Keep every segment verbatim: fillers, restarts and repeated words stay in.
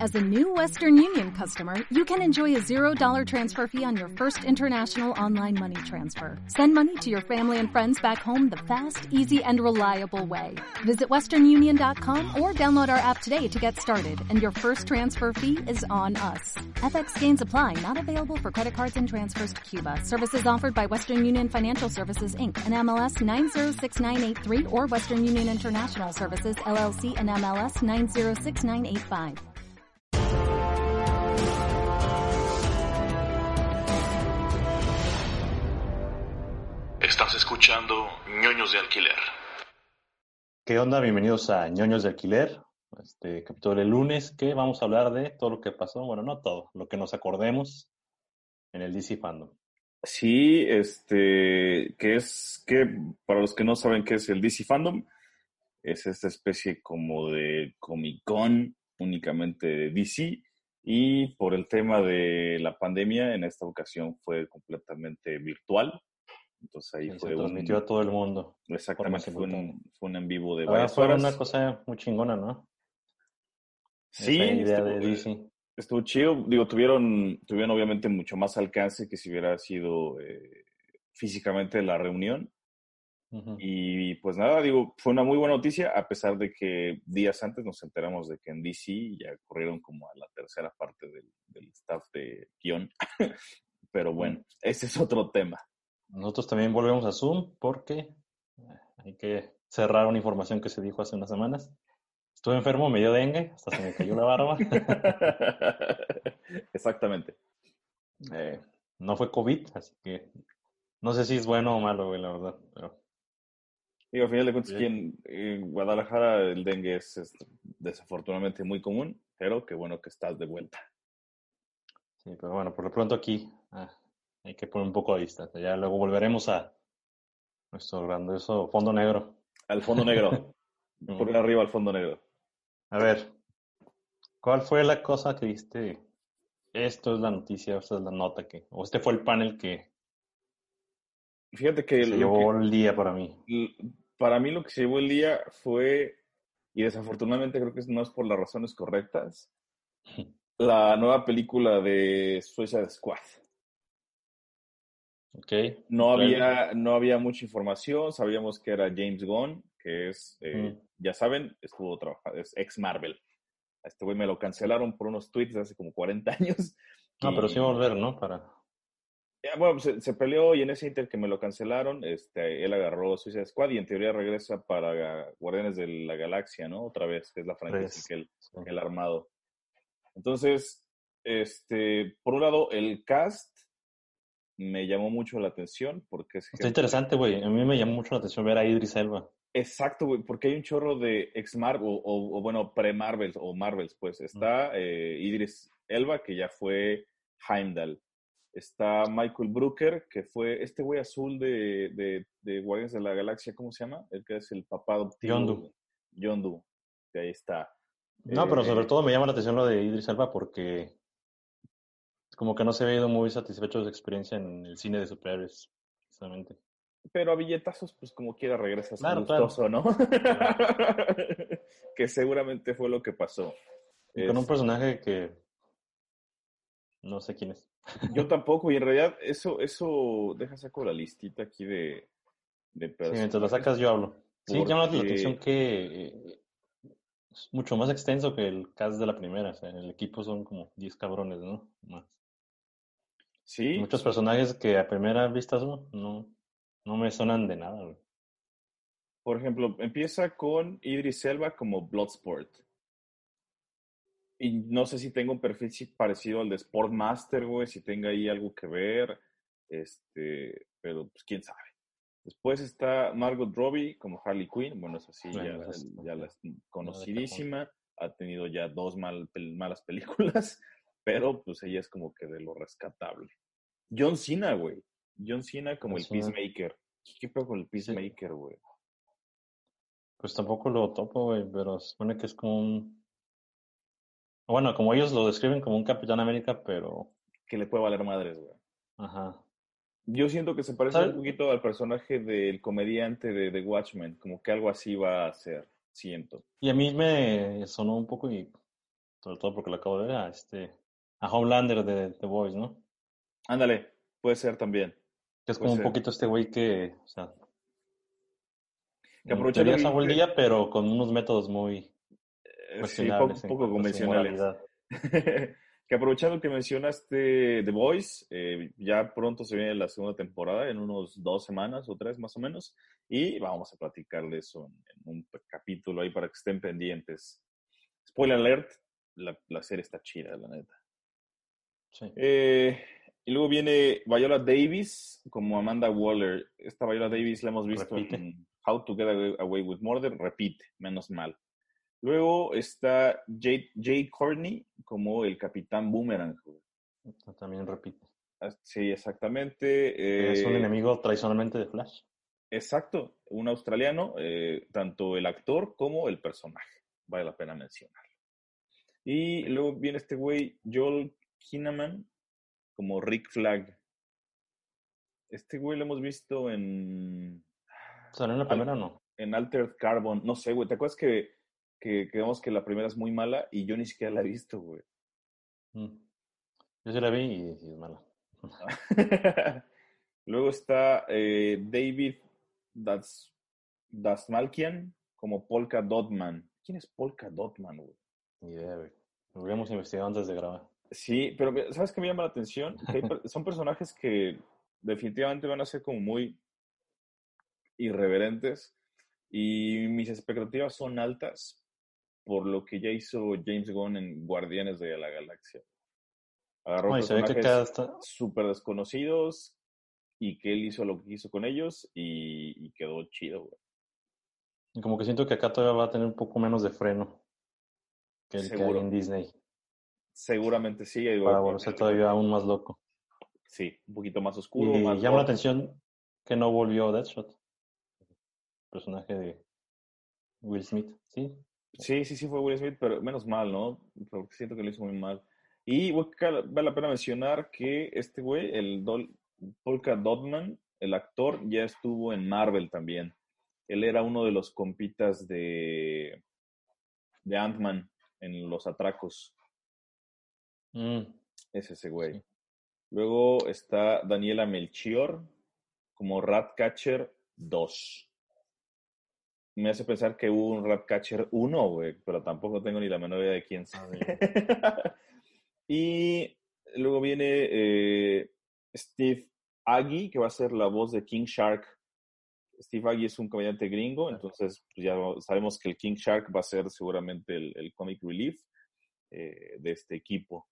As a new Western Union customer, you can enjoy a zero dollars transfer fee on your first international online money transfer. Send money to your family and friends back home the fast, easy, and reliable way. Visit western union dot com or download our app today to get started, and your first transfer fee is on us. F X gains apply, not available for credit cards and transfers to Cuba. Services offered by Western Union Financial Services, Incorporated, and M L S nine zero six nine eight three or Western Union International Services, L L C, and M L S nine zero six nine eight five. Estás escuchando Ñoños de Alquiler. ¿Qué onda? Bienvenidos a Ñoños de Alquiler, este capítulo del lunes, que vamos a hablar de todo lo que pasó, bueno, no todo, lo que nos acordemos en el D C Fandom. Sí, este, que es, que para los que no saben qué es el D C Fandom, es esta especie como de Comic Con únicamente de D C, y por el tema de la pandemia, en esta ocasión fue completamente virtual. Entonces ahí Sí, fue se transmitió un, a todo el mundo. Exactamente, fue un, fue un en vivo de Ah, varias fue horas. una cosa muy chingona, ¿no? Sí, esa idea estuvo, de D C. Estuvo chido. Digo, tuvieron, tuvieron obviamente mucho más alcance que si hubiera sido eh, físicamente la reunión. Uh-huh. Y pues nada, digo, fue una muy buena noticia, a pesar de que días antes nos enteramos de que en D C ya corrieron como a la tercera parte del, del staff de guión. Pero bueno, uh-huh. Ese es otro tema. Nosotros también volvemos a Zoom porque hay que cerrar una información que se dijo hace unas semanas. Estuve enfermo, me dio dengue, hasta se me cayó la barba. Exactamente. Eh, no fue COVID, así que no sé si es bueno o malo, güey, la verdad. Pero... Digo, al final de cuentas, aquí en, en Guadalajara el dengue es, es desafortunadamente muy común, pero qué bueno que estás de vuelta. Sí, pero bueno, por lo pronto aquí ah, hay que poner un poco de distancia. Ya luego volveremos a nuestro grandioso fondo negro. Al fondo negro. Por arriba al fondo negro. A ver, ¿cuál fue la cosa que viste? Esto es la noticia, esta es la nota que... O este fue el panel que... Fíjate que... Se llevó que, el día para mí. Para mí lo que se llevó el día fue... Y desafortunadamente creo que no es por las razones correctas. La nueva película de Suicide Squad. Okay. No había, no había mucha información, sabíamos que era James Gunn, que es, eh, mm. ya saben, estuvo trabajando, es ex Marvel. A este güey me lo cancelaron por unos tweets de hace como cuarenta años. No, y, pero sí va a volver, ¿no? Para... Ya, bueno, se, se peleó y en ese inter que me lo cancelaron, este, él agarró Suicide Squad y en teoría regresa para Guardianes de la Galaxia, ¿no? Otra vez, que es la franquicia que él, sí. que él ha armado. Entonces, este, por un lado, el cast me llamó mucho la atención porque es... Está interesante, güey. A mí me llamó mucho la atención ver a Idris Elba. Exacto, güey, porque hay un chorro de ex-Marvel, o, o, o bueno, pre-Marvels, o Marvels, pues. Está eh, Idris Elba, que ya fue Heimdall. Está Michael Brooker, que fue este güey azul de, de, de Guardianes de la Galaxia, ¿cómo se llama? El que es el papá adoptivo. Yondu. Yondu, que ahí está. No, eh, pero sobre todo me llama la atención lo de Idris Elba porque... Como que no se había ido muy satisfecho de su experiencia en el cine de superhéroes, precisamente. Pero a billetazos, pues como quiera regresas claro, gustoso, claro. ¿no? Que seguramente fue lo que pasó. Y es... con un personaje que no sé quién es. Yo tampoco, y en realidad eso, eso, deja saco la listita aquí de, de personajes. Sí, mientras la sacas yo hablo. Sí, porque... llama la atención que eh, es mucho más extenso que el cast de la primera. O sea, en el equipo son como diez cabrones, ¿no? Más. Sí. Muchos personajes que a primera vista no, no, no me suenan de nada, güey. Por ejemplo, empieza con Idris Elba como Bloodsport. Y no sé si tengo un perfil parecido al de Sportmaster, güey, si tenga ahí algo que ver. Este, pero pues quién sabe. Después está Margot Robbie como Harley Quinn. Bueno, eso sí, bueno, ya, es, ya la es conocidísima. Ha tenido ya dos mal, malas películas. Pero pues ella es como que de lo rescatable. John Cena, güey. John Cena como John el Cena. Peacemaker. ¿Qué pedo con el Peacemaker, güey? Sí. Pues tampoco lo topo, güey, pero se supone que es como un... Bueno, como ellos lo describen como un Capitán América, pero... Que le puede valer madres, güey. Ajá. Yo siento que se parece ¿sabes? Un poquito al personaje del comediante de The Watchmen. Como que algo así va a ser, siento. Y a mí me sonó un poco y... sobre todo porque lo acabo de ver, a, este, a Homelander de The Boys, ¿no? Ándale, puede ser también. Que es Puede como un ser. poquito este güey que, o sea, Que en aprovechando teoría que salvó el dijiste, día, pero con unos métodos muy eh, sí, poco, cuestionables en poco cuanto a su convencionales. moralidad. Que aprovechando que mencionaste The Boys, eh, ya pronto se viene la segunda temporada, en unos dos semanas o tres más o menos, y vamos a platicar de eso en, en un capítulo ahí para que estén pendientes. Spoiler alert, la, la serie está chida, la neta. Sí. Eh, y luego viene Viola Davis como Amanda Waller. Esta Viola Davis la hemos visto Repite. en How to Get Away, Away with Murder, repite, menos mal. Luego está Jay, Jay Courtney como el Capitán Boomerang. También repite. Sí, exactamente. Es un Eh, enemigo tradicionalmente de Flash. exacto, un australiano, eh, tanto el actor como el personaje. Vale la pena mencionar. Y luego viene este güey, Joel Kinnaman, como Rick Flag. Este güey lo hemos visto en, ¿Salió en la Al- primera o no? en Altered Carbon. No sé, güey. ¿Te acuerdas que, que, que vemos que la primera es muy mala y yo ni siquiera la he visto, güey? Mm. Yo sí la vi y, y es mala. Luego está eh, David Das, Dasmalkian como Polka Dotman. ¿Quién es Polka Dotman, güey? Ni idea, güey. Lo hubiéramos investigado antes de grabar. Sí, pero me- ¿sabes qué me llama la atención? Que hay per- son personajes que definitivamente van a ser como muy irreverentes y mis expectativas son altas por lo que ya hizo James Gunn en Guardianes de la Galaxia. Agarró No, y se ve que acá personajes está. súper desconocidos y que él hizo lo que hizo con ellos y, y quedó chido, güey. Y como que siento que acá todavía va a tener un poco menos de freno que el que hay Seguro, en Disney. seguramente sí, y Para va- volverse todavía aún más loco. sí, un poquito más oscuro, Y más llama la gore. atención que no volvió Deadshot, personaje de Will Smith, ¿sí? Sí, sí, sí fue Will Smith, pero menos mal, ¿no? Porque siento que lo hizo muy mal. Y güey, cal- vale la pena mencionar que este güey, el Dol Polka Dotman, el actor, ya estuvo en Marvel también. Él era uno de los compitas de, de Ant-Man en Los Atracos. Mm, Es ese güey. sí. Luego está Daniela Melchior como Ratcatcher dos. Me hace pensar que hubo un Ratcatcher uno, güey, pero tampoco tengo ni la menor idea de quién sea. A ver. Y luego viene eh, Steve Agee, que va a ser la voz de King Shark. Steve Agee es un comediante gringo, entonces pues, ya sabemos que el King Shark va a ser seguramente el, el comic relief eh, de este equipo.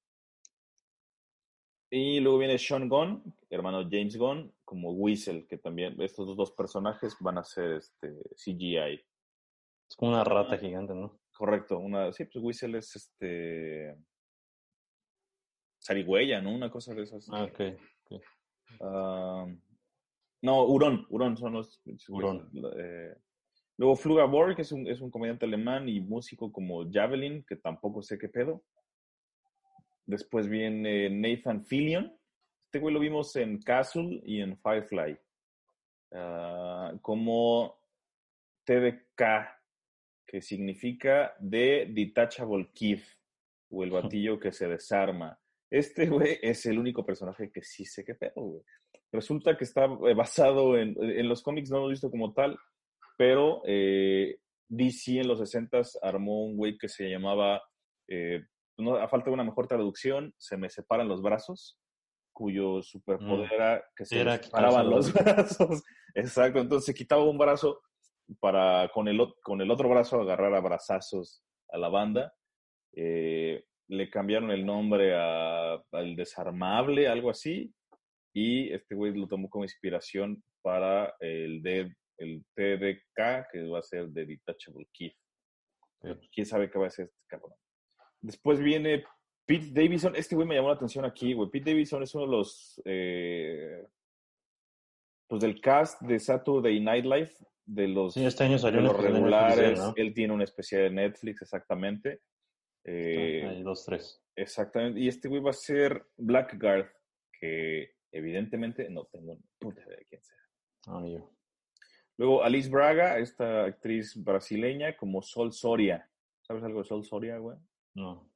Y luego viene Sean Gunn, hermano James Gunn, como Weasel, que también estos dos personajes van a ser este, C G I. Es como una Ah, rata gigante, ¿no? correcto, una, sí, pues Weasel es este zarigüeya, ¿no? Una cosa de esas. Ah, ok. Ok. Ah, no, Hurón, Hurón son los Hurón. eh, luego Flügger Borg, que es un, es un comediante alemán y músico como Javelin, que tampoco sé qué pedo. Después viene Nathan Fillion. Este güey lo vimos en Castle y en Firefly. Ah, como T D K, que significa The Detachable Kid, o el batillo que se desarma. Este güey es el único personaje que sí sé qué pedo, güey. Resulta que está eh, basado en, en los cómics, no lo he visto como tal, pero eh, D C en los sesentas armó un güey que se llamaba, eh, no, a falta de una mejor traducción, se me separan los brazos, cuyo superpoder Mm. era que Sí, se le era quitarse separaban los los brazos. brazos. Exacto, entonces se quitaba un brazo para con el, con el otro brazo agarrar a brazazos a la banda. Eh, le cambiaron el nombre a, al Desarmable, algo así, y este güey lo tomó como inspiración para el, D, el T D K, que va a ser The Detachable Kid. Pero Sí. quién sabe qué va a ser este cabrón. Después viene Pete Davidson. Este güey me llamó la atención aquí, güey. Pete Davidson es uno de los, eh, pues del cast de Saturday Night Live, de los, Sí, este año salió de un los especial de Netflix de él, regulares. ¿no? Él tiene una especial de Netflix, exactamente. Ah, Eh, hay dos, tres. exactamente. Y este güey va a ser Blackguard, que evidentemente no tengo ni puta idea de quién sea. Ah, ni yo. Luego Alice Braga, esta actriz brasileña, como Sol Soria. ¿Sabes algo de Sol Soria, güey? No.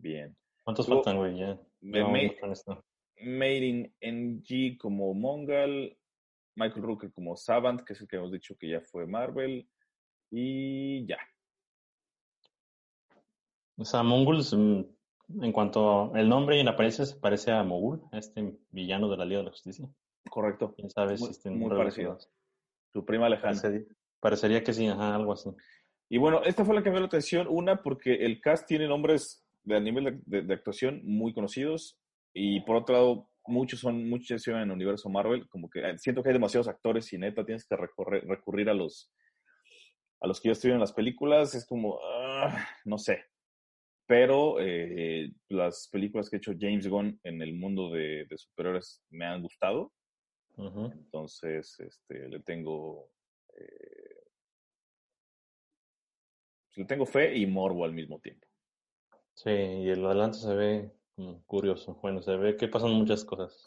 Bien. ¿Cuántos Luego, faltan, güey? Ya me- llevamos me- mucho en esto. Made in N G como Mongal, Michael Rooker como Savant, que es el que hemos dicho que ya fue Marvel, y ya. O sea, Mongols, mm, en cuanto el nombre y la apariencia se parece a Mogul, a este villano de la Liga de la Justicia. Correcto. Quién sabe Muy, si estén muy parecido. relacionados. Tu prima lejana. Parecería, parecería que sí, ajá, algo así. Y bueno, esta fue la que me dio la atención. Una, porque el cast tiene nombres de a nivel de, de- de actuación muy conocidos. Y por otro lado, muchos son, muchos en el universo Marvel. Como que eh, siento que hay demasiados actores y neta tienes que recorrer- recurrir a los, a los que ya estuvieron en las películas. Es como, ah, no sé. Pero eh, las películas que ha hecho James Gunn en el mundo de, de superhéroes me han gustado. Ujú. Entonces, este, le tengo, eh, le tengo fe y morbo al mismo tiempo. Sí, y el adelante se ve mm, curioso. Bueno, se ve que pasan muchas cosas.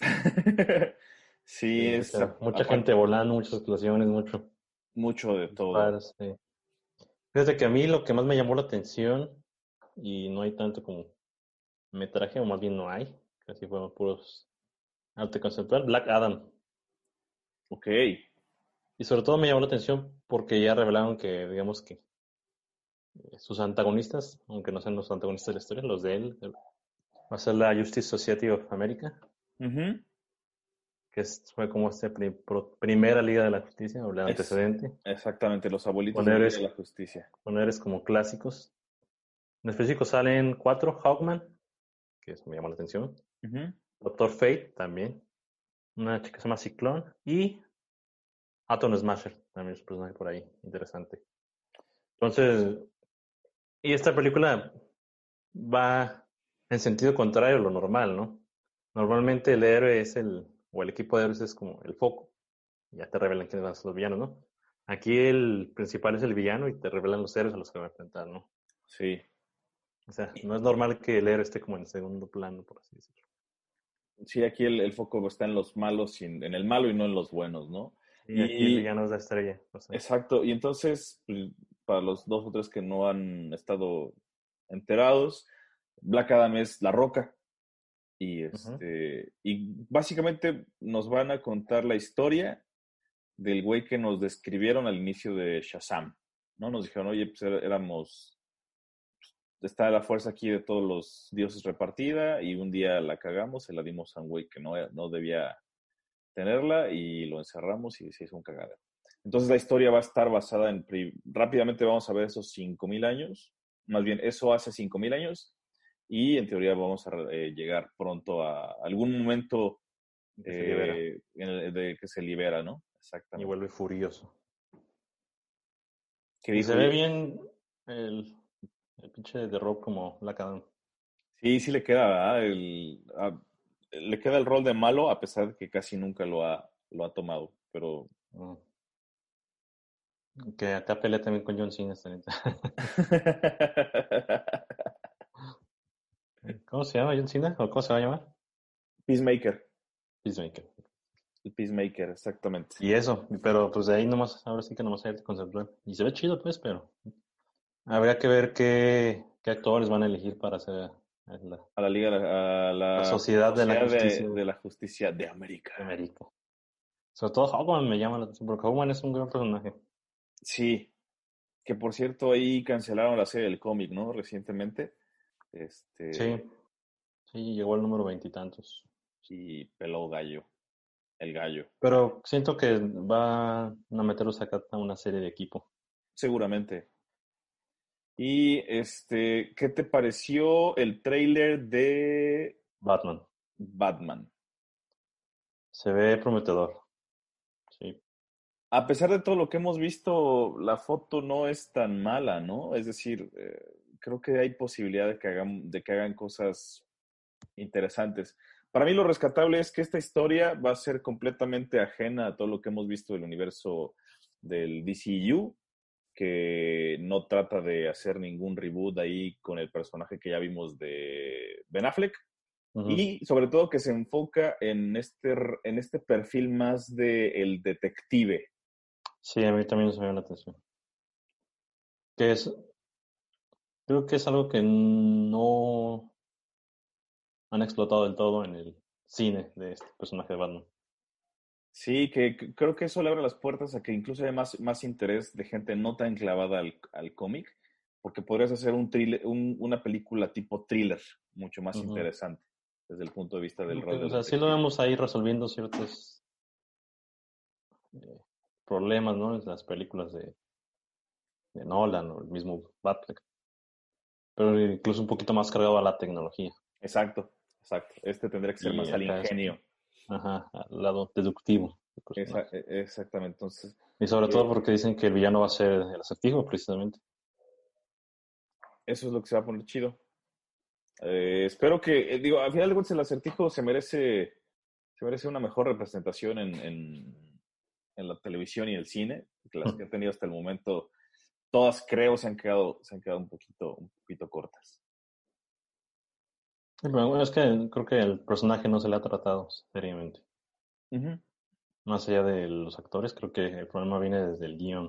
Sí, Sí, es mucha, a- mucha aparte gente volando, muchas explosiones, mucho mucho de todo. disparos. Sí. Fíjate que a mí lo que más me llamó la atención, y no hay tanto como metraje, o más bien no hay, casi fueron puros arte conceptual, Black Adam. Ok, Y sobre todo me llamó la atención porque ya revelaron que, digamos que eh, sus antagonistas, aunque no sean los antagonistas de la historia, los de él, va a ser la Justice Society of America, ujú, que es- fue como esta pri- pro- primera Liga de la Justicia, o el es antecedente, exactamente los abuelitos con de la Liga de héroes, la Justicia. con héroes como clásicos. En específico salen cuatro, Hawkman, que eso me llamó la atención, Ujú. Doctor Fate también, una chica que se llama Ciclón, y Atom Smasher, también es un personaje por ahí, interesante. Entonces, y esta película va en sentido contrario a lo normal, ¿no? Normalmente el héroe es el, o el equipo de héroes es como el foco. Ya te revelan quiénes van a ser los villanos, ¿no? Aquí el principal es el villano y te revelan los héroes a los que va a enfrentar, ¿no? Sí, O sea, no es normal que el héroe esté como en segundo plano, por así decirlo. sí, aquí el, el foco está en los malos, y en, en el malo y no en los buenos, ¿no? Y aquí el Y villano es la estrella. O sea, exacto, y entonces, pues, para los dos o tres que no han estado enterados, Black Adam es La Roca. Y ujú, este, y básicamente nos van a contar la historia del güey que nos describieron al inicio de Shazam, ¿no? Nos dijeron, oye, pues er- éramos, está la fuerza aquí de todos los dioses repartida y un día la cagamos, se la dimos a un güey que no, era- no debía tenerla y lo encerramos y se hizo un cagadero. Entonces la historia va a estar basada en, pri- rápidamente vamos a ver esos cinco mil años, más bien eso hace cinco mil años y en teoría vamos a eh, llegar pronto a algún momento que se libera eh, en el- de que se libera, ¿no? y Exactamente. vuelve furioso. Que Y dijo, se ve oye, bien el, el pinche de Rock como Black Adam. sí, sí le queda, ¿verdad? El, a- le queda el rol de malo a pesar de que casi nunca lo ha, lo ha tomado, pero Mm. Que acá pelea también con John Cena. Esta neta. ¿Cómo se llama John Cena? ¿O cómo se va a llamar? Peacemaker, Peacemaker. el Peacemaker, exactamente. Y eso, pero pues de ahí nomás, ahora sí que nomás hay arte conceptual. Y se ve chido, pues, pero habría que ver qué, qué actores van a elegir para hacer la, A la Liga, a la la Sociedad de la Sociedad de, Justicia de la Justicia de América. de América. Sobre todo Hawkman me llama la atención, porque Hawkman es un gran personaje. Sí, que por cierto ahí cancelaron la serie del cómic, ¿no? Recientemente. Sí, Este, sí, llegó al número veintitantos. y peló gallo, el gallo. Pero siento que va a meterlos acá a una serie de equipo. Seguramente. Y este, ¿qué te pareció el tráiler de Batman. Batman? Se ve prometedor. Sí. A pesar de todo lo que hemos visto, la foto no es tan mala, ¿no? Es decir, eh, creo que hay posibilidad de que hagan, de que hagan cosas interesantes. Para mí lo rescatable es que esta historia va a ser completamente ajena a todo lo que hemos visto del universo del D C U, que no trata de hacer ningún reboot ahí con el personaje que ya vimos de Ben Affleck. Ujú. Y sobre todo que se enfoca en este, en este perfil más de el detective. Sí, a mí también se me llama la atención. Que es, creo que es algo que no, han explotado del todo en el cine de este personaje de Batman. Sí, que, que creo que eso le abre las puertas a que incluso haya más, más interés de gente no tan clavada al, al cómic, porque podrías hacer un thriller, un, una película tipo thriller mucho más Uh-huh. interesante desde el punto de vista del Okay, rol del o sea, sí lo vemos ahí resolviendo ciertos eh, problemas, ¿no? En las películas de, de Nolan o el mismo Batman. Pero incluso un poquito más cargado a la tecnología. Exacto, exacto. Este tendría que ser Y más al acá es, ingenio. ajá, al lado deductivo. Esa, exactamente, entonces. Y sobre eh, todo porque dicen que el villano va a ser el Acertijo, precisamente. Eso es lo que se va a poner chido. Eh, espero que, eh, digo, al final de cuentas el Acertijo se merece, se merece una mejor representación en, en, en la televisión y el cine, que las que ha tenido hasta el momento, todas creo se han quedado, se han quedado un poquito, un poquito cortas. Sí, pero bueno, es que creo que el personaje no se le ha tratado seriamente. Uh-huh. Más allá de los actores, creo que el problema viene desde el guión.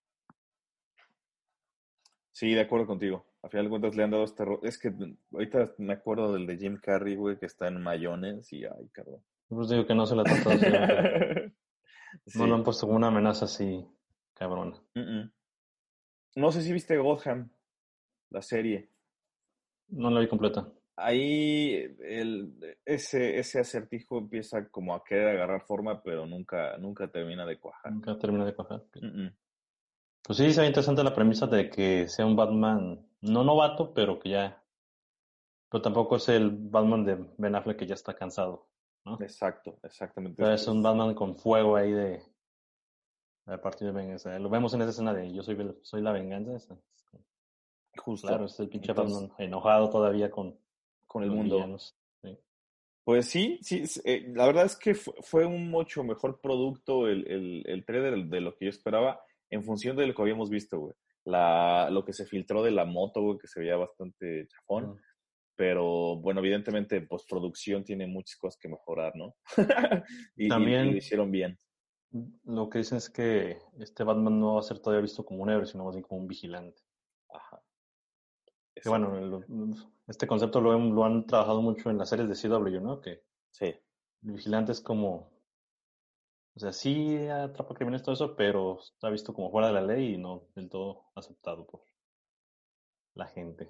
Sí, de acuerdo contigo. A final de cuentas le han dado este rol. Es que ahorita me acuerdo del de Jim Carrey, güey, que está en Mayones y ay, cabrón. Pues digo que no se le ha tratado seriamente. Sí. No lo han puesto como una amenaza así, cabrona. Uh-uh. No sé si viste Gotham, la serie. No la vi completa. Ahí el, ese, ese acertijo empieza como a querer agarrar forma, pero nunca, nunca termina de cuajar. Nunca termina de cuajar. Uh-uh. Pues sí, se ve interesante la premisa de que sea un Batman, no novato, pero que ya... Pero tampoco es el Batman de Ben Affleck que ya está cansado, ¿no? Exacto, exactamente. O sea, Es, es un Batman con fuego ahí de... A partir de venganza. Lo vemos en esa escena de Yo soy, soy la venganza. Esa. justo. Claro, es el pinche Entonces, Batman enojado todavía con, con el los mundo. villanos. Sí. Pues sí, sí, eh, la verdad es que fue, fue un mucho mejor producto el, el, el trailer de lo que yo esperaba en función de lo que habíamos visto, güey. La, lo que se filtró de la moto, güey, que se veía bastante chafón. Mm. Pero bueno, evidentemente postproducción tiene muchas cosas que mejorar, ¿no? y, También y, y lo hicieron bien. lo que dicen es que este Batman no va a ser todavía visto como un héroe, sino más bien como un vigilante. Ajá. Que bueno, el, este concepto lo, lo han trabajado mucho en las series de C W, ¿no? Que sí. El vigilante es como, o sea, sí atrapa criminales todo eso, pero está visto como fuera de la ley y no del todo aceptado por la gente.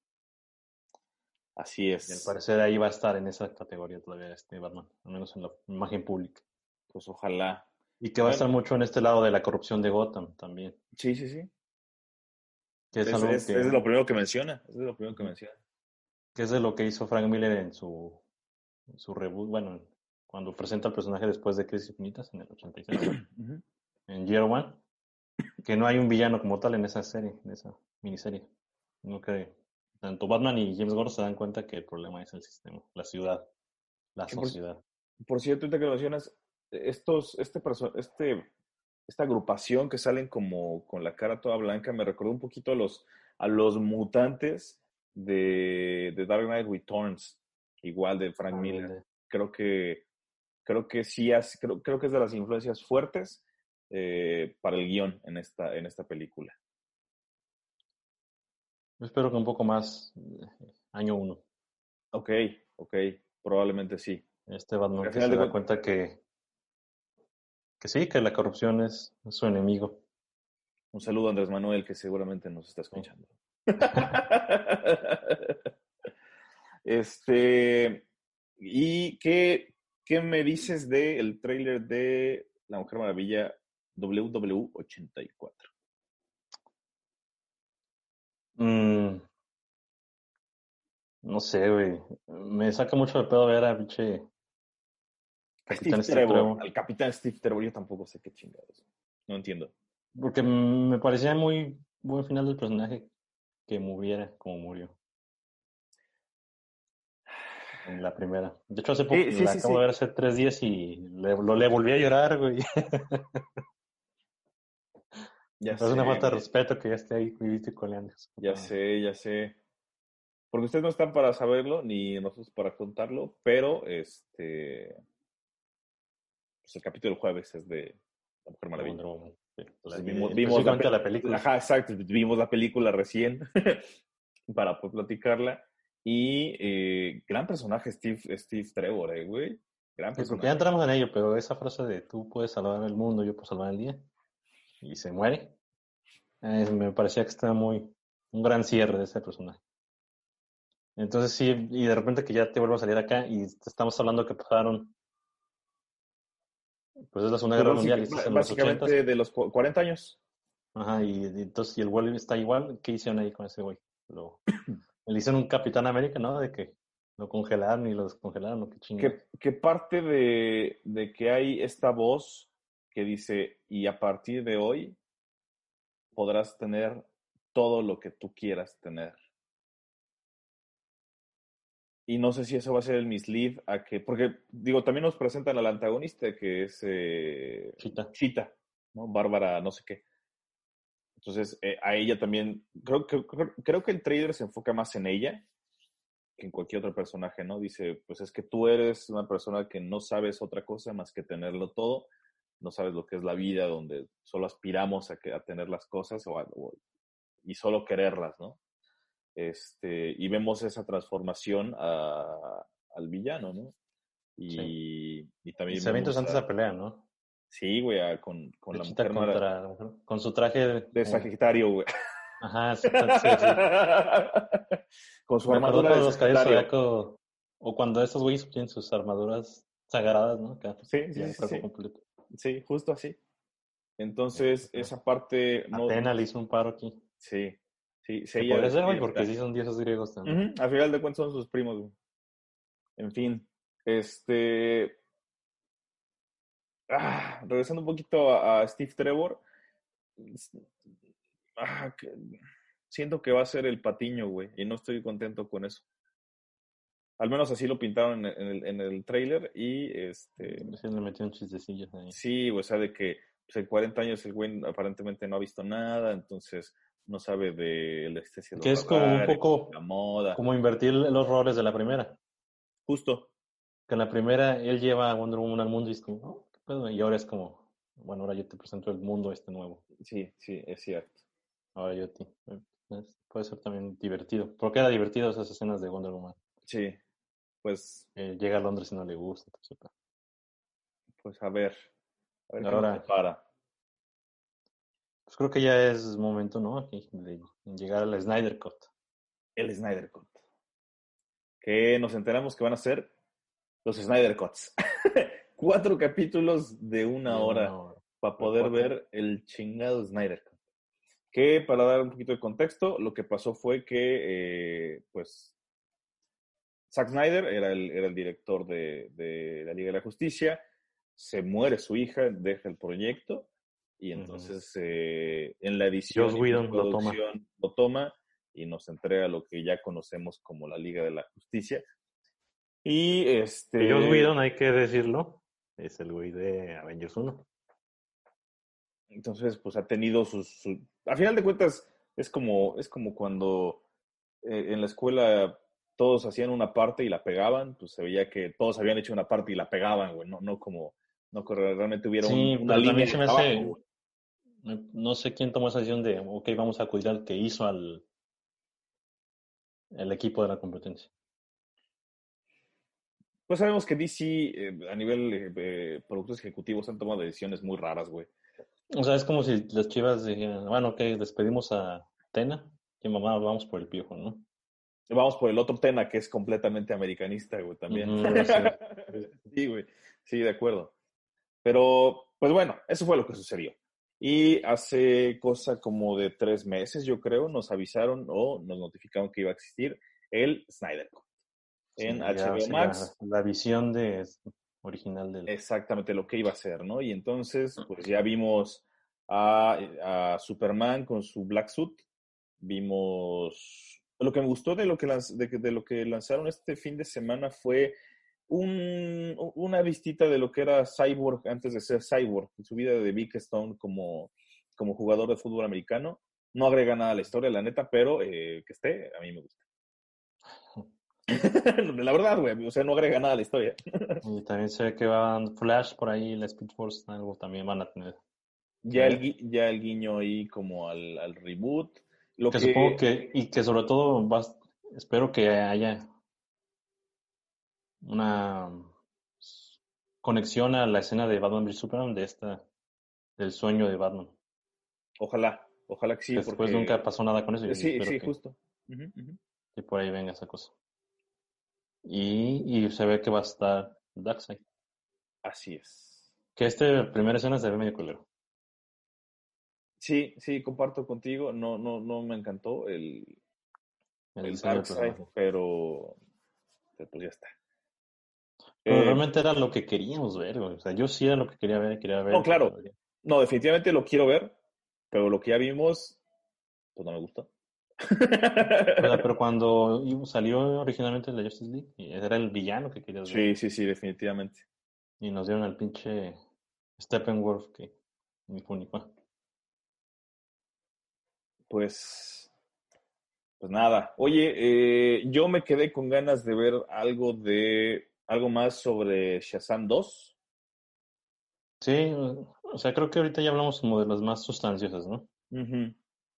Así Y al es. parecer ahí va a estar en esa categoría todavía este Batman, al menos en la imagen pública. Pues ojalá. Y que va Bueno, a estar mucho en este lado de la corrupción de Gotham también. sí, sí, sí. Que es, Es, algo es, que, es de lo primero que menciona. Es de lo primero que menciona. que es de lo que hizo Frank Miller en su, en su reboot, bueno, cuando presenta el personaje después de Crisis Infinitas en el ochenta y seis, Uh-huh. en Year One, que no hay un villano como tal en esa serie, en esa miniserie. No que tanto Batman y James Gordon se dan cuenta que el problema es el sistema, la ciudad, la Que por, sociedad. por cierto, ahorita que lo mencionas, estos, este, perso- este, esta agrupación que salen como con la cara toda blanca me recordó un poquito a los, a los mutantes de, de Dark Knight Returns, igual de Frank Miller. De, Creo que, creo que sí, hace- creo, creo que es de las influencias fuertes eh, para el guión en esta, en esta película. yo espero que un poco más eh, año uno. Ok, ok, probablemente sí. Este Batman Al que final se de da cuentas, cuenta que, que sí, que la corrupción es, es su enemigo. un saludo a Andrés Manuel, que seguramente nos está Sí. escuchando. este, ¿y qué, qué me dices del tráiler de La Mujer Maravilla W W ochenta y cuatro? Mm, no sé, güey. Me saca mucho de pedo ver a pinche Capitán Steve Steve Trevor, Trevor. al Capitán Steve Trevor, yo tampoco sé qué chingados. No entiendo. Porque me parecía muy buen final del personaje que muriera como murió en la primera. De hecho, hace poco Sí, sí, la sí, acabo de ver sí. hace tres días y le, lo, le volví a llorar, güey. Ya Me parece una sé, falta de güey. respeto que ya esté ahí cuidito y coleando. Ya sé, ya sé. Porque ustedes no están para saberlo, ni nosotros para contarlo, pero este. Pues el capítulo del jueves es de La Mujer De Maravilla. Wonder Woman. Sí, la Entonces de- vimos, vimos la, específicamente pe- la película. Ajá, exacto, vimos la película recién para poder platicarla. Y eh, gran personaje Steve, Steve Trevor, eh, güey. Gran Sí, porque personaje. ya entramos en ello, pero esa frase de tú puedes salvar el mundo, yo puedo salvar el día, y se muere, eh, me parecía que estaba muy, un gran cierre de ese personaje. Entonces sí, y de repente que ya te vuelvo a salir acá y te estamos hablando que pasaron, pues es la Segunda Pues Guerra básica- Mundial y estás en los ochentas, básicamente de los cu- cuarenta años. ajá, y, y entonces, y el güey está igual, ¿qué hicieron ahí con ese güey? Lo, le hicieron un Capitán América, ¿no? De que lo congelaron y lo descongelaron, ¿no? Qué chingados. Que, que parte de, de que hay esta voz que dice, y a partir de hoy podrás tener todo lo que tú quieras tener. Y no sé si eso va a ser el mislead a que, porque digo, también nos presentan al antagonista que es eh, Chita. Cheetah, ¿no? Bárbara, no sé qué. Entonces, eh, a ella también, creo, creo, creo que el trailer se enfoca más en ella que en cualquier otro personaje, ¿no? Dice, pues es que tú eres una persona que no sabes otra cosa más que tenerlo todo, no sabes lo que es la vida, donde solo aspiramos a, que, a tener las cosas o a, o, y solo quererlas, ¿no? Este, y vemos esa transformación a, al villano, ¿no? Y, Sí. y también Y se ve vemos interesante a, esa pelea, ¿no? sí, güey, a, con, con De la Chita mujer mara, contra, con su traje de como, Sagitario, güey. ajá, sí, sí, sí. Con su Me acordó armadura de cuando los Caballeros Sagitario. Zodiaco, o cuando estos güeyes tienen sus armaduras sagradas, ¿no? Acá, Sí, ya sí, el sí, cuerpo sí. completo. Sí, justo así. Eh, Entonces, esa parte no, no, Atena le hizo un paro aquí. sí, sí, sí, Que ella podría ser, güey, decide porque estar. sí son dioses griegos también. Ujú, al final de cuentas son sus primos, güey. En fin, este, ah, regresando un poquito a, a Steve Trevor, ah, que- siento que va a ser el Patiño, güey, y no estoy contento con eso. Al menos así lo pintaron en el, en el tráiler y este, Sí, le metió un chistecillo ahí. sí, o sea, de que pues, en cuarenta años el güey aparentemente no ha visto nada, entonces no sabe de la existencia de Que los es como un radares, poco la moda. como invertir los roles de la primera. Justo, Que en la primera él lleva a Wonder Woman al mundo y es como, "Oh, ¿qué pedo?". Y ahora es como, bueno, ahora yo te presento el mundo este nuevo. sí, sí, es cierto. Ahora yo a ti. Eh, es- puede ser también divertido. Porque era divertido esas escenas de Wonder Woman. Sí, pues, Eh, llega a Londres y no le gusta, etcétera. pues a ver, a ver qué nos Ahora, depara. pues creo que ya es momento, ¿no? Aquí de llegar al Snyder Cut. El Snyder Cut. Que nos enteramos que van a ser los Snyder Cuts. Cuatro capítulos de una De una hora hora. para Pero poder cuatro. ver el chingado Snyder Cut. Que para dar un poquito de contexto, lo que pasó fue que, eh, pues, Zack Snyder era el, era el director de, de la Liga de la Justicia, se muere su hija, deja el proyecto y entonces eh, en la edición Joss y Whedon lo toma. postproducción lo toma y nos entrega lo que ya conocemos como la Liga de la Justicia. Y este... Que Joss Whedon, hay que decirlo, es el güey de Avengers uno. Entonces, pues ha tenido sus... Su... A final de cuentas, es como, es como cuando eh, en la escuela todos hacían una parte y la pegaban, pues se veía que todos habían hecho una parte y la pegaban, güey, no, no como, no que realmente hubiera un, Sí, una pero línea también se de me trabajo, hace, güey. no, no sé quién tomó esa decisión de, ok, vamos a cuidar al que hizo al el equipo de la competencia. Pues sabemos que D C eh, a nivel eh, eh, productos ejecutivos han tomado decisiones muy raras, güey. O sea, es como si las Chivas dijeran, bueno, ok, despedimos a Tena y mamá, vamos por el Piojo, ¿no? Vamos por el otro tema que es completamente americanista, güey, también. Uh-huh, así es. Sí, güey, sí, de acuerdo. Pero, pues bueno, eso fue lo que sucedió. Y hace cosa como de tres meses, yo creo, nos avisaron o nos notificaron que iba a existir el Snyder Cut Sí, en ya, H B O sí, la, Max. la visión de, original del... Exactamente lo que iba a ser, ¿no? Y entonces, pues ya vimos a, a Superman con su Black Suit. Vimos... Lo que me gustó de lo que, lanz, de, de lo que lanzaron este fin de semana fue un, una vistita de lo que era Cyborg antes de ser Cyborg, su vida de Vic Stone como, como jugador de fútbol americano. No agrega nada a la historia, la neta, pero eh, que esté, a mí me gusta. La verdad, güey, o sea, no agrega nada a la historia. Y también se ve que van Flash por ahí, la Speed Force, algo también van a tener. Ya el, ya el guiño ahí como al, al reboot. Lo Que supongo que... que, y que sobre todo va, espero que haya una conexión a la escena de Batman v Superman de esta, del sueño de Batman. Ojalá, ojalá que sí, Después porque... nunca pasó nada con eso y Sí, espero sí, que, justo. Ujú, ujú. que por ahí venga esa cosa. Y, y se ve que va a estar Darkseid. Así es. Que esta primera escena se ve medio culero. Sí, sí, comparto contigo. No, no, no me encantó el, El el diseño del Darkseid, personaje. pero pues ya está. Pero Eh, realmente era lo que queríamos ver, güey. O sea, yo sí era lo que quería ver, quería ver no, el claro. papel de- No, definitivamente lo quiero ver, pero lo que ya vimos, pues no me gustó. O sea, pero cuando iba- salió originalmente la Justice League, y era el villano que querías ver. Sí, sí, sí, definitivamente. Y nos dieron al pinche Steppenwolf que ni fu ni fa. Pues, pues nada. Oye, eh, yo me quedé con ganas de ver algo de, algo más sobre Shazam dos. Sí, o sea, creo que ahorita ya hablamos como de las más sustanciosas, ¿no? Ujú.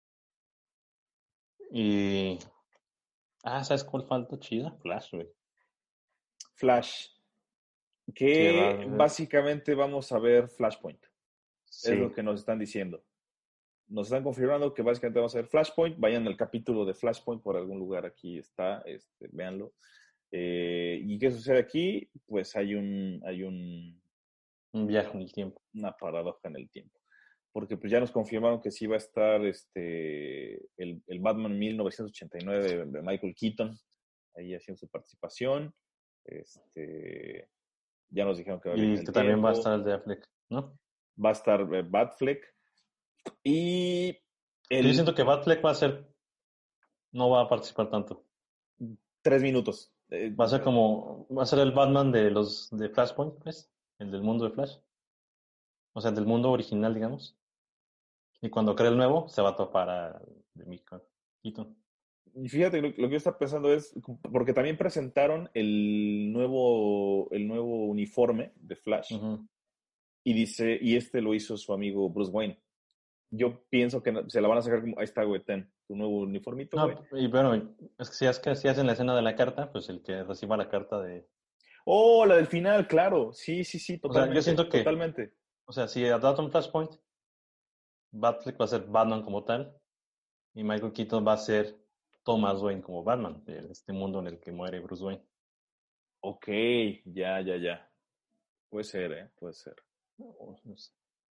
Y... Ah, ¿sabes cuál falta chida? Flash, güey. Flash, Que va a que haber... básicamente vamos a ver Flashpoint. Es lo Sí. que nos están diciendo. Nos están confirmando que básicamente vamos a ver Flashpoint. Vayan al capítulo de Flashpoint por algún lugar, aquí está, este, véanlo. Eh, ¿Y qué sucede aquí? Pues hay un, hay un, Un viaje en el tiempo. una paradoja en el tiempo. Porque pues ya nos confirmaron que sí va a estar este, el, el Batman mil novecientos ochenta y nueve de, de Michael Keaton, ahí haciendo su participación. Este, ya nos dijeron que va a viajar Y en el que también va a tiempo. estar el de Affleck, ¿no? Va a estar eh, Batfleck. Y Que yo el siento que Batfleck va a ser... No va a participar tanto. tres minutos. Eh, Va a ser como... Va a ser el Batman de los... de Flashpoint, pues. El del mundo de Flash. O sea, del mundo original, digamos. Y cuando cree el nuevo, se va a topar a... de Michael Keaton. y fíjate, lo, lo que yo estaba pensando es, porque también presentaron el nuevo, el nuevo uniforme de Flash Ujú. y dice, y este lo hizo su amigo Bruce Wayne. Yo pienso que no- se la van a sacar como, ahí está, güey, ten, tu nuevo uniformito, güey. No, y bueno, es que si, es que si hacen la escena de la carta, pues el que reciba la carta de... Oh, la del final, claro. Sí, sí, sí, O sea, yo totalmente, siento que, totalmente. o sea, si adaptan Flashpoint, Batfleck va a ser Batman como tal, y Michael Keaton va a ser Thomas Wayne como Batman, de este mundo en el que muere Bruce Wayne. Ok, ya, ya, ya. Puede ser, ¿eh? Puede ser. O sea,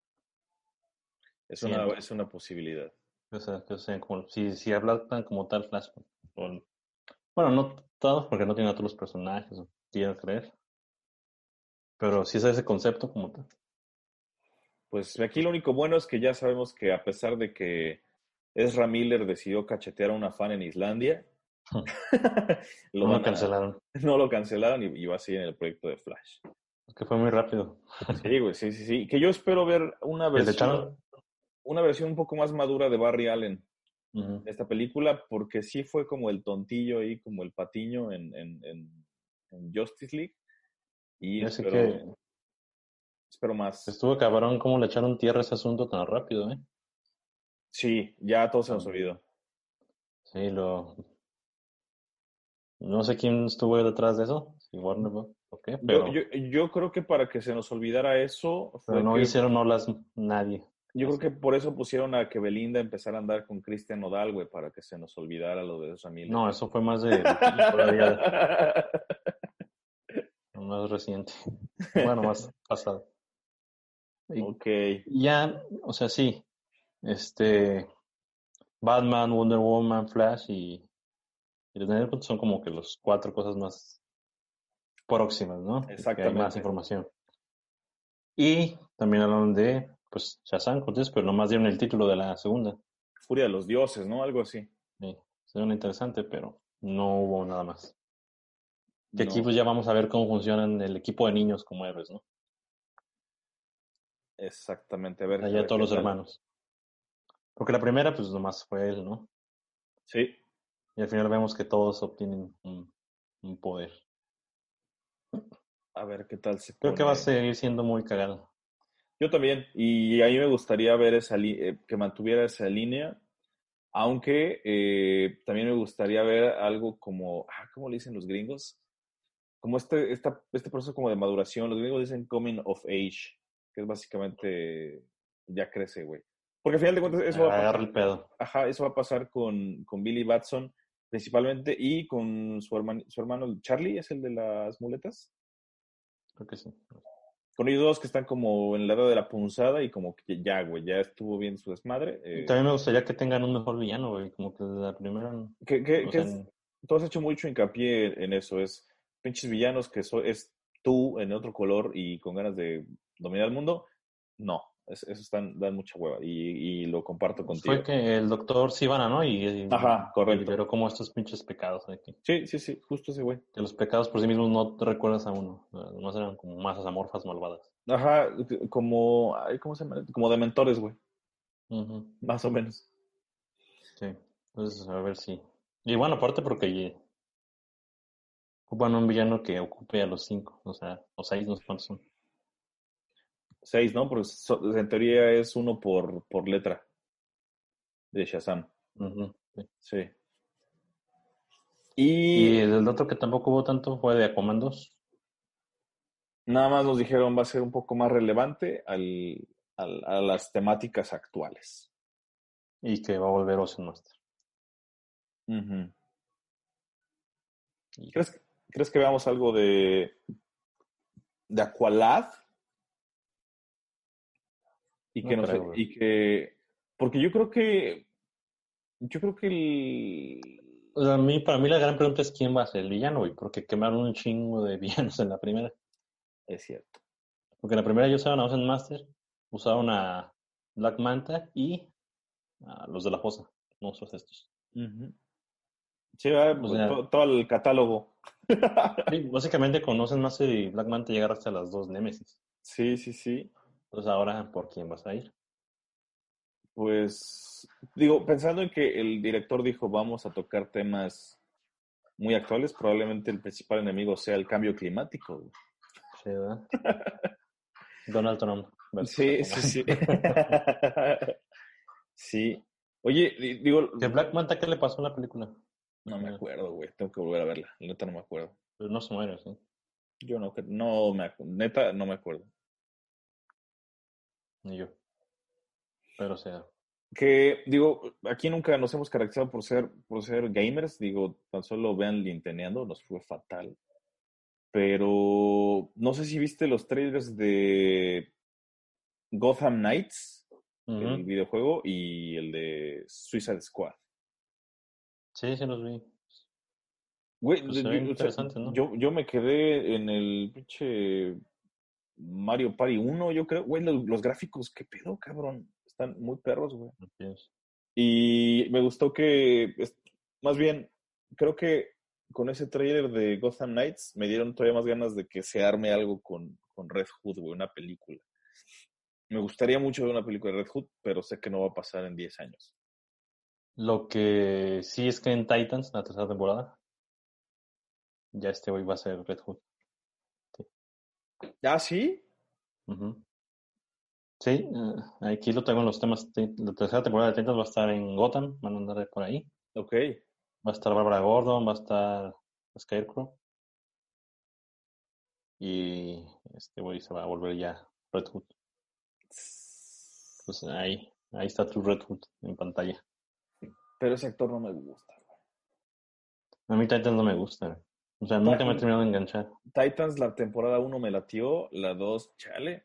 Es una, siento. es una posibilidad. O sea, que sean como, si, si adaptan como tal Flashpoint. O- bueno, no todos, porque no tienen a todos los personajes, quiero creer. Pero si es ese concepto como tal. Pues aquí lo único bueno es que ya sabemos que a pesar de que Ezra Miller decidió cachetear a una fan en Islandia, lo No lo van a, cancelaron. no lo cancelaron y, y va a seguir en el proyecto de Flash. Es que fue muy rápido. Sí, güey, sí, sí, sí. Que yo espero ver una ¿Que le versión, echaron? una versión un poco más madura de Barry Allen Ujú. en esta película, porque sí fue como el tontillo ahí, como el patiño en, en, en, en Justice League. Y Ya sé espero, que espero más. estuvo cabrón cómo le echaron tierra a ese asunto tan rápido, ¿eh? Sí, ya todo se nos También. olvidó. Sí, lo... No sé quién estuvo detrás de eso, si Warner Bros. ¿O qué? Yo, Pero, yo, yo creo que para que se nos olvidara eso pero fue no que hicieron olas nadie. yo creo que por eso pusieron a que Belinda empezara a andar con Cristian Nodal, güey, para que se nos olvidara lo de Ezra Miller. No, eso fue más de todavía más reciente. Bueno, más pasado. Y Ok, ya, o sea, sí, este, Batman, Wonder Woman, Flash y, y los Thunderbolts son como que los cuatro cosas más próximas, ¿no? Que hay más exactamente. información. Y también hablaron de, pues, Shazam, cortés, pero nomás dieron el título de la segunda. Furia de los dioses, ¿no? Algo así. Sí, sería interesante, pero no hubo nada más. Que aquí No, pues ya vamos a ver cómo funcionan el equipo de niños como héroes, ¿no? exactamente. A ver, a Allá ver todos qué los tal. hermanos. Porque la primera pues nomás fue él, ¿no? Sí, Y al final vemos que todos obtienen un, un poder. a ver qué tal se Creo que va a pone. seguir siendo muy cagado. Yo también, y a mí me gustaría ver esa li- eh, que mantuviera esa línea Aunque eh, también me gustaría ver algo como, ah, ¿cómo le dicen los gringos? Como este, esta, este proceso como de maduración. Los gringos dicen coming of age, que es básicamente ya crece, güey. Porque al final de cuentas eso va a Agarra pasar. el pedo. Ajá, eso va a pasar con, con Billy Batson principalmente y con su hermano, su hermano Charlie, es el de las muletas. Creo que sí. Con ellos dos que están como en la edad de la punzada y como que ya, güey, ya estuvo bien su desmadre. Y Eh, también me gustaría que tengan un mejor villano, güey. Como que la primera. que, que, O que sea, es, tú has hecho mucho hincapié en eso, es pinches villanos que so, es tú en otro color y con ganas de dominar el mundo. No, es, eso están, dan mucha hueva y, y lo comparto contigo. fue que el doctor Sivana, ¿no? Y, y, Ajá, y correcto. liberó como estos pinches pecados aquí. Sí, sí, sí, justo ese güey. Que los pecados por sí mismos no te recuerdas a uno. No eran como masas amorfas malvadas. Ajá, como, ay, ¿cómo se llama? Como dementores, güey, Uh-huh. más o menos. Sí, entonces a ver si. Y bueno, aparte porque ocupan un villano que ocupe a los cinco, o sea, o seis, no sé cuántos son. Seis, ¿no? Porque so, en teoría es uno por, por letra de Shazam. Uh-huh. Sí. Sí. Y Y el otro que tampoco hubo tanto fue de Aquaman dos. nada más nos dijeron va a ser un poco más relevante al, al, a las temáticas actuales. Y que va a volver Ocean Master. Uh-huh. Y... ¿Crees, ¿Crees que veamos algo de, de Aqualad? Y que no no sé, creo, y que. Porque yo creo que. Yo creo que el. o sea, a mí, para mí la gran pregunta es quién va a ser el villano, güey, porque quemaron un chingo de villanos en la primera. Es cierto. Porque en la primera ellos usaban a Ocean Master, usaban a Black Manta y a los de la fosa, monstruos estos. Uh-huh. Sí, va, O sea, todo, todo el catálogo. sí, básicamente con Ocean Master y Black Manta llegar hasta las dos Némesis. Sí, sí, sí. Entonces ahora, ¿por quién vas a ir? Pues, digo, pensando en que el director dijo vamos a tocar temas muy actuales, probablemente el principal enemigo sea el cambio climático. Güey. Sí, ¿verdad? Donald Trump. Sí, sí, sí. Sí. Oye, di- digo, ¿Que Black Manta qué le pasó en la película? no me acuerdo, güey. Tengo que volver a verla. La neta no me acuerdo. Pero no se muere, ¿sí? Yo no, no me acuerdo. Neta no me acuerdo. Ni yo. Pero o sea, Que, digo, aquí nunca nos hemos caracterizado por ser, por ser gamers. Digo, tan solo vean Linteneando, nos fue fatal. Pero no sé si viste los trailers de Gotham Knights, uh-huh. el videojuego, y el de Suicide Squad. Sí, sí los vi. Güey, Pues yo, se ve o sea, interesante, ¿no? yo, yo me quedé en el pinche Mario Party uno, yo creo. Güey, los, los gráficos, qué pedo, cabrón. Están muy perros, güey. Yes. Y me gustó que, más bien, creo que con ese trailer de Gotham Knights me dieron todavía más ganas de que se arme algo con, con Red Hood, güey, una película. Me gustaría mucho ver una película de Red Hood, pero sé que no va a pasar en diez años. Lo que sí es que en Titans, la tercera temporada, ya este hoy va a ser Red Hood. Sí. ¿Ah, sí? Uh-huh. Sí, uh, aquí lo tengo en los temas. La tercera temporada de Titans va a estar en Gotham, van a andar por ahí. Ok. Va a estar Bárbara Gordon, va a estar Scarecrow. Y este güey se va a volver ya Red Hood. Pues ahí, ahí está tu Red Hood en pantalla. Pero ese actor no me gusta. A mí Titans no me gusta. O sea, nunca me he terminado de enganchar. Titans, la temporada uno me latió, la dos, chale.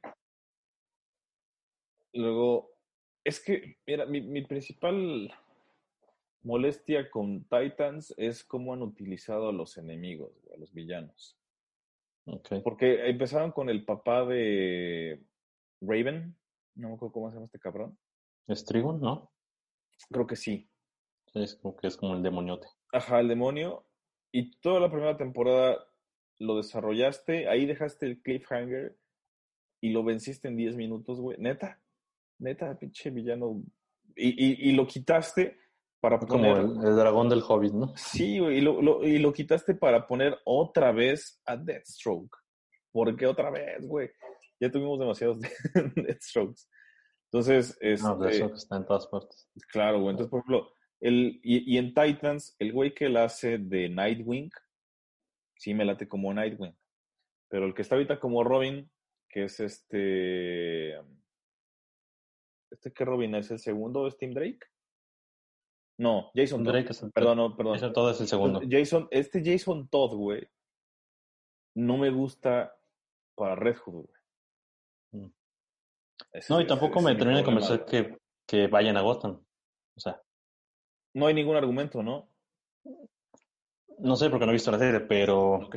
Luego, es que, mira, mi, mi principal molestia con Titans es cómo han utilizado a los enemigos, a los villanos. Okay. Porque empezaron con el papá de Raven, no me acuerdo cómo se llama este cabrón. ¿Es Trigon, no? Creo que sí. Sí, es como que es como el demoniote. Ajá, el demonio. Y toda la primera temporada lo desarrollaste, ahí dejaste el cliffhanger y lo venciste en diez minutos, güey. Neta, neta, pinche villano. Y, y, y lo quitaste para Es poner... como el, el dragón del Hobbit, ¿no? Sí, güey, y lo, lo, y lo quitaste para poner otra vez a Deathstroke. ¿Por qué otra vez, güey? Ya tuvimos demasiados Deathstrokes. Entonces, No, de este... eso que está en todas partes. Claro, güey. Entonces, por ejemplo, El, y, y en Titans, el güey que la hace de Nightwing, sí me late como Nightwing. Pero el que está ahorita como Robin, que es este... ¿Este qué Robin es? ¿El segundo? ¿Es Tim Drake? No, Jason Todd. Drake es el, Perdón, no, perdón. Jason Todd es el segundo. Jason, este Jason Todd, güey, no me gusta para Red Hood, güey. Mm. Ese No, es- y tampoco ese me es mi termina de problema, convencer güey. que, que vayan a Gotham. O sea, No hay ningún argumento, ¿no? no sé porque no he visto la serie, pero, Ok.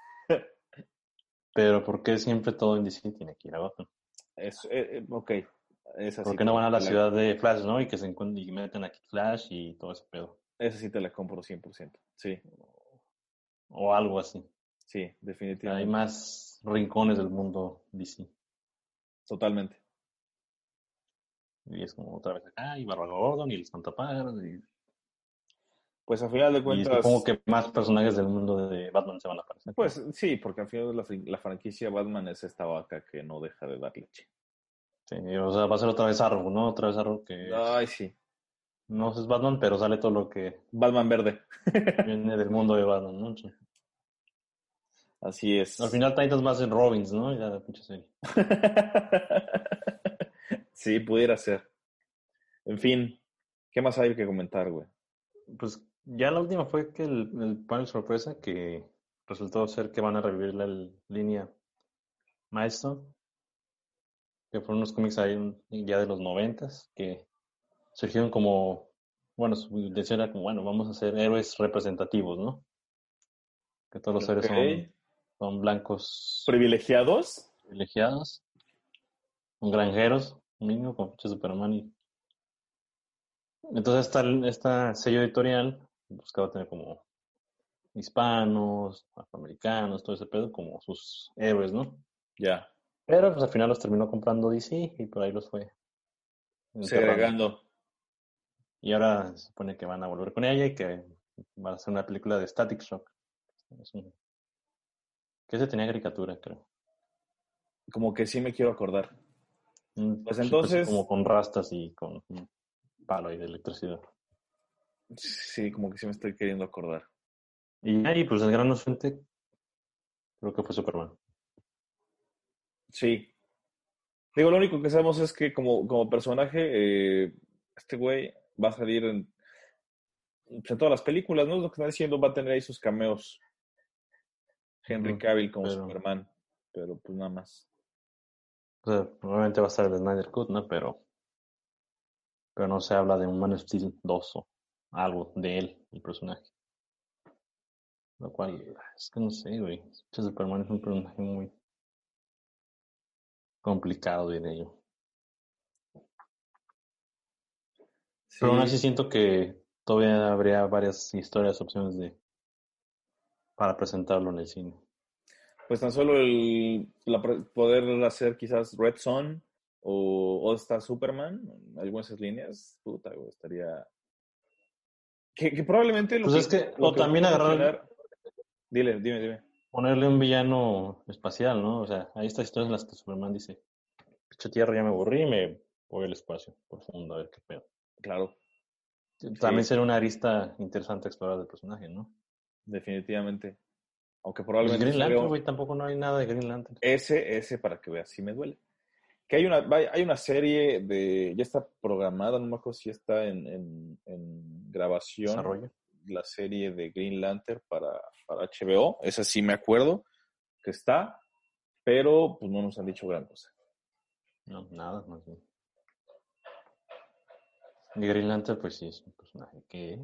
pero ¿por qué siempre todo en D C tiene que ir a Gotham? Es, eh, eh, ok, es así. ¿Por qué no van a la ciudad de Flash, no? Y que se encuentren y meten aquí Flash y todo ese pedo. Esa sí te la compro cien por ciento. Sí, O algo así. sí, Hay definitivamente. más rincones del mundo D C. Totalmente. Y es como otra vez acá, y Bárbara Gordon, y el Espantapájaros, y, Pues a final de y supongo cuentas, que más personajes del mundo de Batman se van a aparecer. pues sí, porque al final la, fran- la franquicia Batman es esta vaca que no deja de dar leche. Sí, o sea, va a ser otra vez Arrow, ¿no? Otra vez Arrow que Ay, es, sí. no es Batman, pero sale todo lo que Batman verde. viene del mundo de Batman, ¿no? Sí. Así es. Al final Titans va a ser Robins, ¿no? Ya de pinche serie. Sí, pudiera ser. En fin, ¿qué más hay que comentar, güey? Pues ya la última fue que el, el panel sorpresa que resultó ser que van a revivir la l- línea Milestone, que fueron unos cómics ahí en- ya de los noventas, que surgieron como, bueno, su intención era como, bueno, vamos a ser héroes representativos, ¿no? Que todos los héroes son, Ok. son blancos ¿Privilegiados? privilegiados, son granjeros, mínimo, como pinche Superman. Y... Entonces esta, esta sello editorial buscaba tener como hispanos, afroamericanos, todo ese pedo, como sus héroes, ¿no? Ya. Pero pues al final los terminó comprando D C y por ahí los fue enterrando. Segregando. Y ahora se supone que van a volver con ella y que van a hacer una película de Static Shock. Es un- que ese tenía caricatura, creo. Como que sí me quiero acordar. Un Pues chico así entonces, como con rastas y con un palo ahí de electricidad. sí, como que sí me estoy queriendo acordar. Y ahí, pues el gran inocente, creo que fue Superman. Sí. Digo, lo único que sabemos es que como, como personaje, eh, este güey va a salir en, en todas las películas, ¿no? Lo que están diciendo, va a tener ahí sus cameos. Henry Ujú. Cavill como Pero, Superman. Pero pues nada más. o sea, obviamente va a estar el Snyder Cut, ¿no? Pero, pero no se habla de un Man of Steel dos o algo de él, el personaje. Lo cual, es que no sé, güey. Este Superman es un personaje muy complicado, diré yo. Pero aún Sí, así siento que todavía habría varias historias, opciones de para presentarlo en el cine. pues tan solo el la pre- poder hacer quizás Red Son o All Star Superman, algunas de esas líneas, puta, güey, estaría... Que, que probablemente lo Pues que, es que, lo o que también ocupa agarrar, funcionar... Dile, dime, dime. ponerle un villano espacial, ¿no? O sea, hay estas historias en las que Superman dice, picha tierra, ya me aburrí, me voy al espacio profundo a ver qué pedo. Claro, También sí, sería una arista interesante explorar del personaje, ¿no? definitivamente. Aunque Y probablemente Green sería Lantern, un- güey, tampoco no hay nada de Green Lantern. ese, ese para que veas, sí me duele. Que hay una, vaya, hay una serie de, ya está programada, no me acuerdo si está en, en, en grabación, Desarrollo. la serie de Green Lantern para, para H B O, esa sí me acuerdo que está, pero pues no nos han dicho gran cosa. No, nada más bien. Y Green Lantern, pues sí, es un personaje que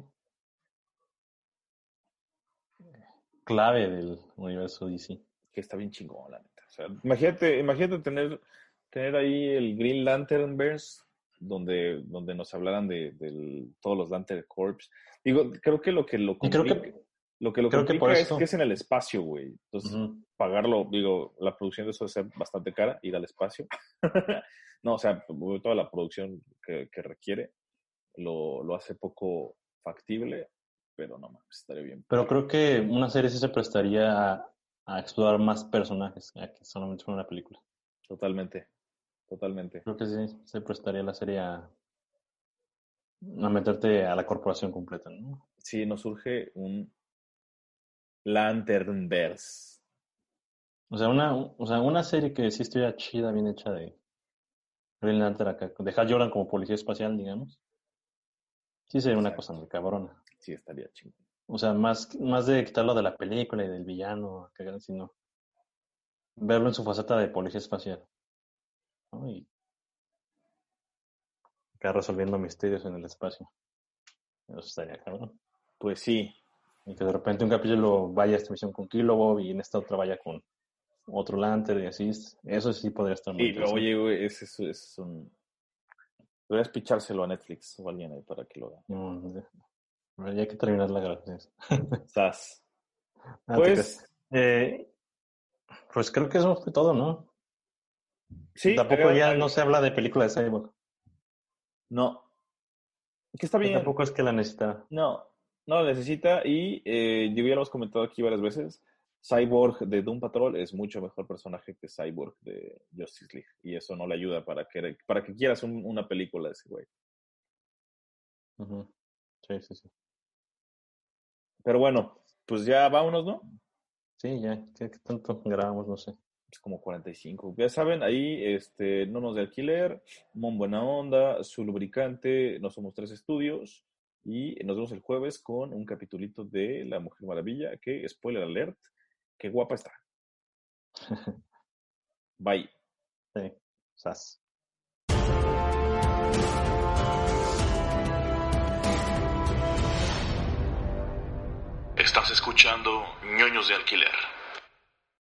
clave del universo D C. Que está bien chingón, la neta. O sea, imagínate, imagínate tener, tener ahí el Green Lanternverse, donde, donde nos hablaran de, de todos los Lantern Corps. Digo, creo que lo que lo Y creo complica, que, lo que lo creo que por complica es que eso, es en el espacio, güey. Entonces, ujú, pagarlo, digo, la producción de eso debe ser bastante cara, ir al espacio. No, o sea, toda la producción que, que requiere lo, lo hace poco factible, pero no mames, estaría bien. pero creo que una serie sí se prestaría a, a explorar más personajes, a que solamente fuera una película. Totalmente, totalmente. Creo que sí se prestaría la serie a, a meterte a la corporación completa, ¿no? Sí, nos surge un Lanternverse. O sea, una, o sea, una serie que sí estuviera chida, bien hecha de Green Lantern acá, de Hal Jordan como policía espacial, digamos. Sí sería una cosa muy cabrona. Sí, estaría chingón. O sea, más, más de quitarlo de la película y del villano, sino verlo en su faceta de policía espacial, ¿no? Y acá resolviendo misterios en el espacio. Eso estaría cabrón. Pues sí. Y que de repente un capítulo vaya a esta misión con Kilobob y en esta otra vaya con otro Lantern y así. Eso sí podría estar muy Y pero interesante. oye, güey, ese es, es un... Deberías pichárselo a Netflix o a alguien ahí para que lo haga. No, ya hay que terminar la grabación. Sas. Ah, Pues... Eh, pues creo que eso fue todo, ¿no? Sí. Tampoco haga- ya haga- no se habla de película de Cyborg. No. Que está Que bien. tampoco es que la necesitara. No, no lo necesita y eh, yo ya lo hemos comentado aquí varias veces. Cyborg de Doom Patrol es mucho mejor personaje que Cyborg de Justice League y eso no le ayuda para que, para que quieras un- una película de ese güey. Uh-huh. Sí, sí, sí. Pero bueno, pues ya vámonos, ¿no? Sí, ya. ¿Qué, qué tanto grabamos? No sé. Es como cuarenta y cinco. Ya saben, ahí este, No Nos de Alquiler, Mon Buena Onda, Su Lubricante, No Somos Tres Estudios y nos vemos el jueves con un capitulito de La Mujer Maravilla que, spoiler alert, qué guapa está. Bye. Sí. Sas. Estás escuchando Ñoños de Alquiler.